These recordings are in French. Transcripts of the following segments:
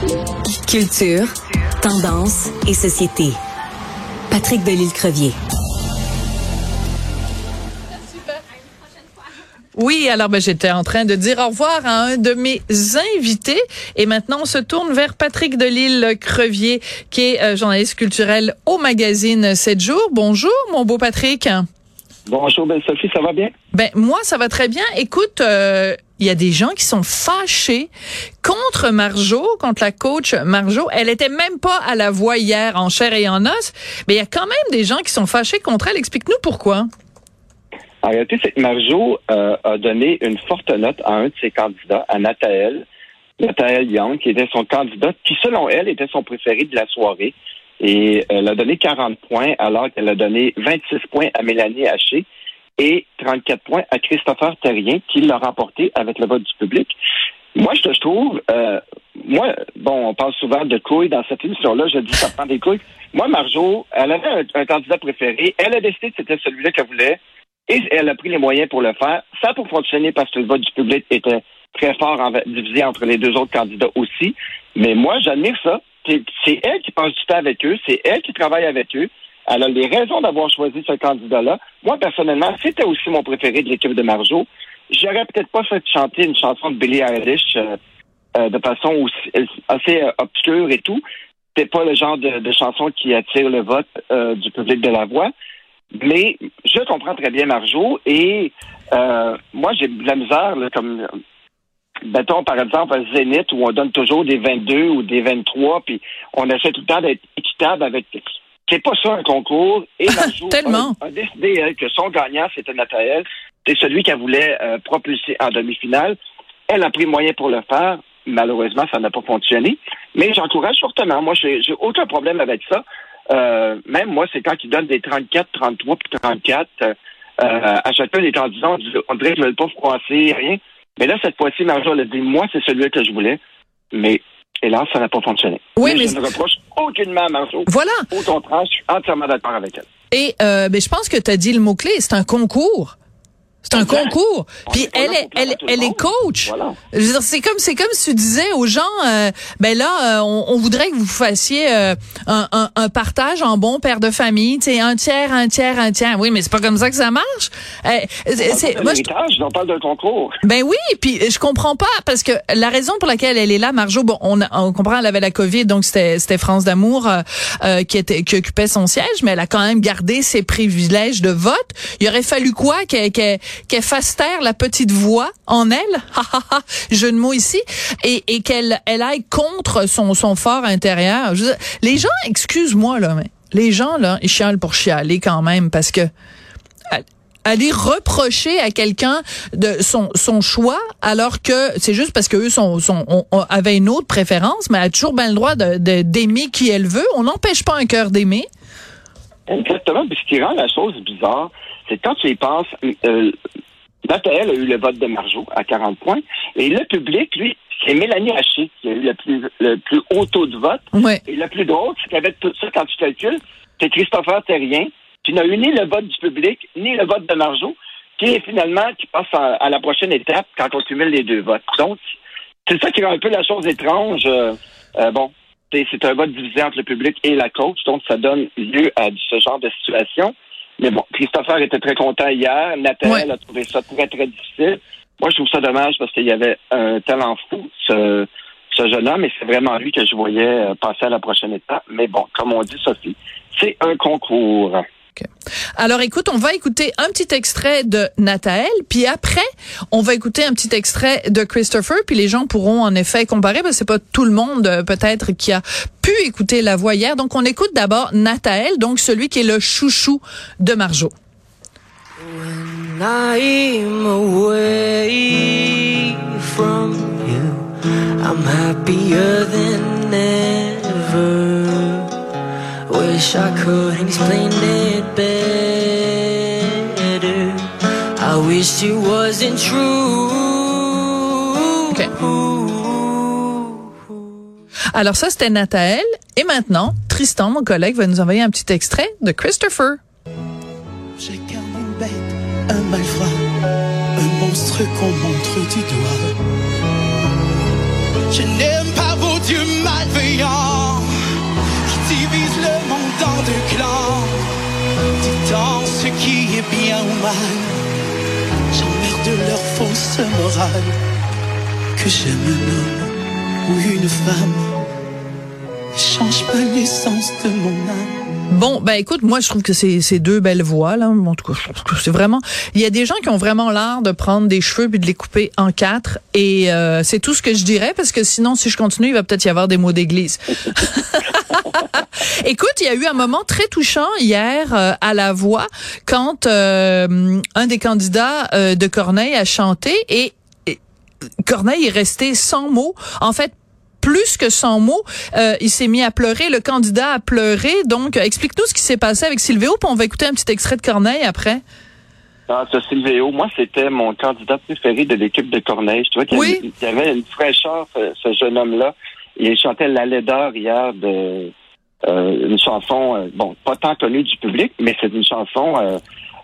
Culture, tendance et société. Patrick Delisle-Crevier. Oui, alors j'étais en train de dire au revoir à un de mes invités et maintenant on se tourne vers Patrick Delisle-Crevier qui est journaliste culturel au magazine 7 jours. Bonjour mon beau Patrick. Bonjour belle Sophie, ça va bien? Moi ça va très bien. Écoute, il y a des gens qui sont fâchés contre Marjo, contre la coach Marjo. Elle était même pas à la voix hier en chair et en os, mais il y a quand même des gens qui sont fâchés contre elle. Explique-nous pourquoi. En réalité, c'est que Marjo a donné une forte note à un de ses candidats, à Nathael Young, qui était son candidat, qui, selon elle, était son préféré de la soirée. Et elle a donné 40 points, alors qu'elle a donné 26 points à Mélanie Haché et 34 points à Christopher Terrien, qui l'a remporté avec le vote du public. Moi, je trouve, on parle souvent de couilles dans cette émission-là, je dis ça prend des couilles. Moi, Marjo, elle avait un candidat préféré, elle a décidé que c'était celui-là qu'elle voulait, et elle a pris les moyens pour le faire. Ça a pour fonctionner parce que le vote du public était très fort divisé entre les deux autres candidats aussi. Mais moi, j'admire ça. C'est elle qui passe du temps avec eux. C'est elle qui travaille avec eux. Elle a les raisons d'avoir choisi ce candidat-là. Moi, personnellement, c'était aussi mon préféré de l'équipe de Marjo. J'aurais peut-être pas fait chanter une chanson de Billie Eilish de façon aussi, assez obscure et tout. C'est pas le genre de chanson qui attire le vote du public de la voix. Mais je comprends très bien Marjo et moi j'ai de la misère là, comme mettons par exemple à Zénith où on donne toujours des 22 ou des 23 puis on essaie tout le temps d'être équitable avec. C'est pas ça un concours et Marjo a décidé elle, que son gagnant c'était Nathael, c'est celui qu'elle voulait propulser en demi-finale. Elle a pris moyen pour le faire. Malheureusement ça n'a pas fonctionné mais j'encourage fortement. Moi j'ai aucun problème avec ça. Même moi, c'est quand ils donnent des 34, 33 puis 34 à chacun des candidats, on dirait qu'ils ne veulent pas froisser, rien. Mais là, cette fois-ci, Marjo a dit, moi, c'est celui que je voulais. Mais hélas, ça n'a pas fonctionné. Oui, mais je ne reproche aucunement à Marjo. Voilà. Au contraire, je suis entièrement d'accord avec elle. Et je pense que tu as dit le mot-clé, c'est un concours. C'est un concours. Puis elle est coach. Voilà. Je veux dire, c'est comme si tu disais aux gens, on voudrait que vous fassiez un partage en bon père de famille, tu sais, un tiers. Oui, mais c'est pas comme ça que ça marche. On parle d'un concours. Ben oui, puis je comprends pas parce que la raison pour laquelle elle est là, Marjo, on comprend, elle avait la COVID, donc c'était France d'Amour qui occupait son siège, mais elle a quand même gardé ses privilèges de vote. Il aurait fallu quoi qu'elle fasse taire la petite voix en elle, jeu de mots ici, et qu'elle aille contre son fort intérieur. Les gens, excuse-moi là, mais les gens là, ils chialent pour chialer quand même parce que aller reprocher à quelqu'un de son choix alors que c'est juste parce que eux avaient une autre préférence, mais elle a toujours bien le droit d'aimer qui elle veut. On n'empêche pas un cœur d'aimer. Exactement. Puis ce qui rend la chose bizarre, c'est quand tu y penses, Nathael a eu le vote de Marjo à 40 points, et le public, lui, c'est Mélanie Haché qui a eu le plus haut taux de vote. Ouais. Et le plus drôle, c'est qu'avec tout ça, quand tu calcules, c'est Christopher Terrien, qui n'a eu ni le vote du public, ni le vote de Marjo, qui passe à la prochaine étape quand on cumule les deux votes. Donc, c'est ça qui rend un peu la chose étrange. C'est un vote divisé entre le public et la coach, donc ça donne lieu à ce genre de situation. Mais bon, Christopher était très content hier. Nathael a trouvé ça très, très difficile. Moi, je trouve ça dommage parce qu'il y avait un talent fou, ce jeune homme, et c'est vraiment lui que je voyais passer à la prochaine étape. Mais bon, comme on dit, Sophie, c'est un concours. Okay. Alors écoute, on va écouter un petit extrait de Nathael, puis après, on va écouter un petit extrait de Christopher, puis les gens pourront en effet comparer, parce que c'est pas tout le monde peut-être qui a pu écouter la voix hier. Donc on écoute d'abord Nathael, donc celui qui est le chouchou de Marjo. When I'm away from you, I'm happier than ever. Wish I could explain it better. I wish it wasn't true. Okay. Alors ça, c'était Nathael. Et maintenant, Tristan, mon collègue, va nous envoyer un petit extrait de Christopher. J'ai qu'un une bête, un malfrat, un monstre qu'on montre du doigt. Je n'aime pas vos dieux mal mal. J'emmerde leur fausse morale. Que j'aime un homme ou une femme ne change pas l'essence de mon âme. Bon, ben écoute, moi je trouve que c'est deux belles voix là. En tout cas, je trouve que c'est vraiment. Il y a des gens qui ont vraiment l'art de prendre des cheveux puis de les couper en quatre, et c'est tout ce que je dirais, parce que sinon, si je continue, il va peut-être y avoir des mots d'église. Écoute, il y a eu un moment très touchant hier à La Voix quand un des candidats de Corneille a chanté, et Corneille est resté sans mots. En fait, plus que 100 mots, il s'est mis à pleurer, le candidat a pleuré. Donc, explique-nous ce qui s'est passé avec Silvéo, puis on va écouter un petit extrait de Corneille après. Ah, ce Silvéo, moi, c'était mon candidat préféré de l'équipe de Corneille. Je trouvais qu'il y avait une fraîcheur, ce jeune homme-là. Il chantait La laideur hier de une chanson, bon, pas tant connue du public, mais c'est une chanson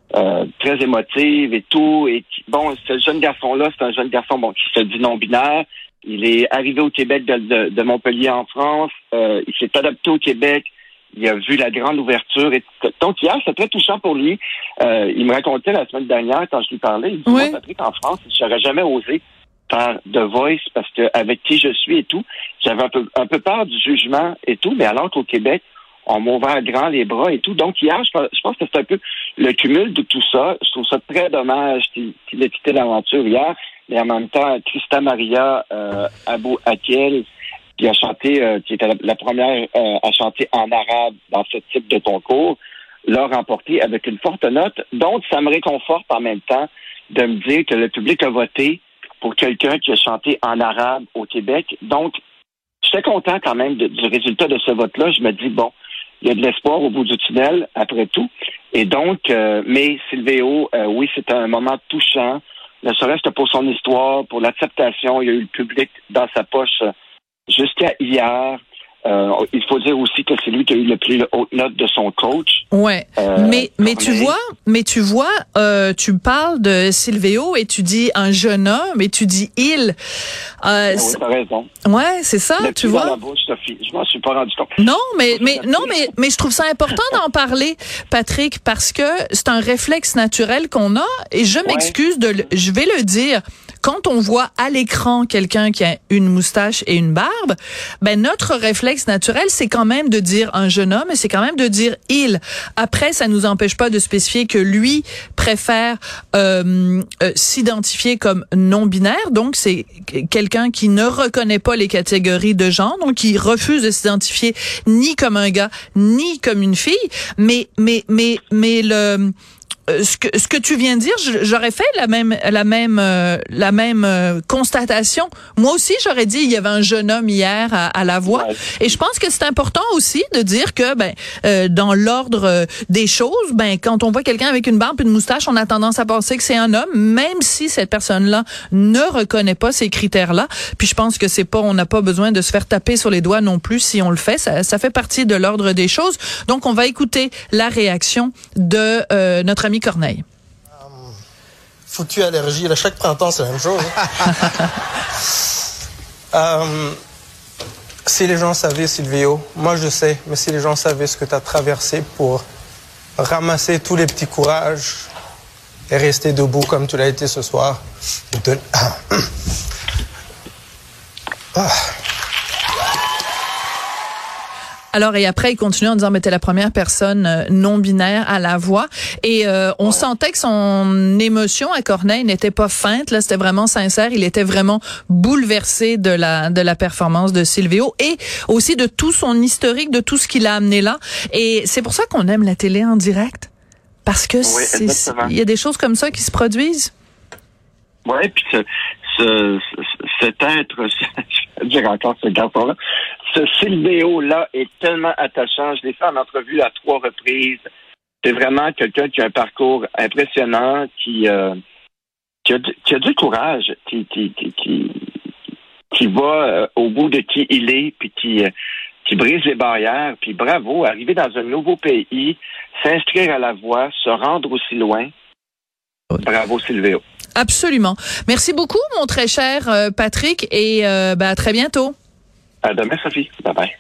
très émotive et tout. Et bon, ce jeune garçon-là, c'est un jeune garçon qui se dit non-binaire. Il est arrivé au Québec de Montpellier en France. Il s'est adapté au Québec. Il a vu la grande ouverture. Donc hier, c'est très touchant pour lui. Il me racontait la semaine dernière, quand je lui parlais, il dit, moi, Patrick, en France, j'aurais jamais osé faire The Voice parce que avec qui je suis et tout, j'avais un peu peur du jugement et tout, mais alors qu'au Québec, on m'a ouvert grand les bras et tout. Donc hier, je pense que c'est un peu le cumul de tout ça. Je trouve ça très dommage qu'il ait quitté l'aventure hier. Mais en même temps, Christa Maria Abou Akel, qui a chanté, qui était la première à chanter en arabe dans ce type de concours, l'a remporté avec une forte note. Donc, ça me réconforte en même temps de me dire que le public a voté pour quelqu'un qui a chanté en arabe au Québec. Donc, j'étais content quand même du résultat de ce vote-là. Je me dis, bon, il y a de l'espoir au bout du tunnel, après tout. Et donc, mais Silvéo, oui, c'est un moment touchant. Ne serait-ce que pour son histoire, pour l'acceptation. Il y a eu le public dans sa poche jusqu'à hier. Il faut dire aussi que c'est lui qui a eu le plus haute note de son coach. Ouais, mais tu vois, tu parles de Silvéo et tu dis un jeune homme et tu dis il. Oui, t'as raison. Ouais, c'est ça, tu vois. Dans la bouche, Sophie. Je m'en suis pas rendu compte. Non, mais je trouve ça important d'en parler, Patrick, parce que c'est un réflexe naturel qu'on a, et je m'excuse je vais le dire. Quand on voit à l'écran quelqu'un qui a une moustache et une barbe, ben notre réflexe naturel, c'est quand même de dire un jeune homme, et c'est quand même de dire il. Après, ça nous empêche pas de spécifier que lui préfère s'identifier comme non-binaire, donc c'est quelqu'un qui ne reconnaît pas les catégories de genre, donc qui refuse de s'identifier ni comme un gars ni comme une fille. Mais le ce que tu viens de dire, j'aurais fait la même constatation. Moi aussi, j'aurais dit il y avait un jeune homme hier à La Voix, et je pense que c'est important aussi de dire que dans l'ordre des choses, quand on voit quelqu'un avec une barbe et une moustache, on a tendance à penser que c'est un homme, même si cette personne-là ne reconnaît pas ces critères-là. Puis je pense que on n'a pas besoin de se faire taper sur les doigts non plus si on le fait. Ça fait partie de l'ordre des choses. Donc on va écouter la réaction de notre ami Corneille. Foutu allergie, là, chaque printemps, c'est la même chose. Si les gens savaient, Silvéo, moi je sais, mais si les gens savaient ce que tu as traversé pour ramasser tous les petits courages et rester debout comme tu l'as été ce soir. Alors, et après, il continue en disant, mais t'es la première personne non-binaire à La Voix. Et on sentait que son émotion à Corneille n'était pas feinte, là, c'était vraiment sincère. Il était vraiment bouleversé de la performance de Silvéo, et aussi de tout son historique, de tout ce qu'il a amené là. Et c'est pour ça qu'on aime la télé en direct. Parce que il y a des choses comme ça qui se produisent. Oui, puis cet être, je vais dire encore ce garçon-là, ce Silvéo-là est tellement attachant. Je l'ai fait en entrevue à 3 reprises. C'est vraiment quelqu'un qui a un parcours impressionnant, qui a du courage, qui va au bout de qui il est, puis qui brise les barrières. Puis bravo, arriver dans un nouveau pays, s'inscrire à La Voix, se rendre aussi loin. Bravo, Silvéo. Absolument. Merci beaucoup, mon très cher Patrick, et à très bientôt. À demain, Sophie. Bye bye.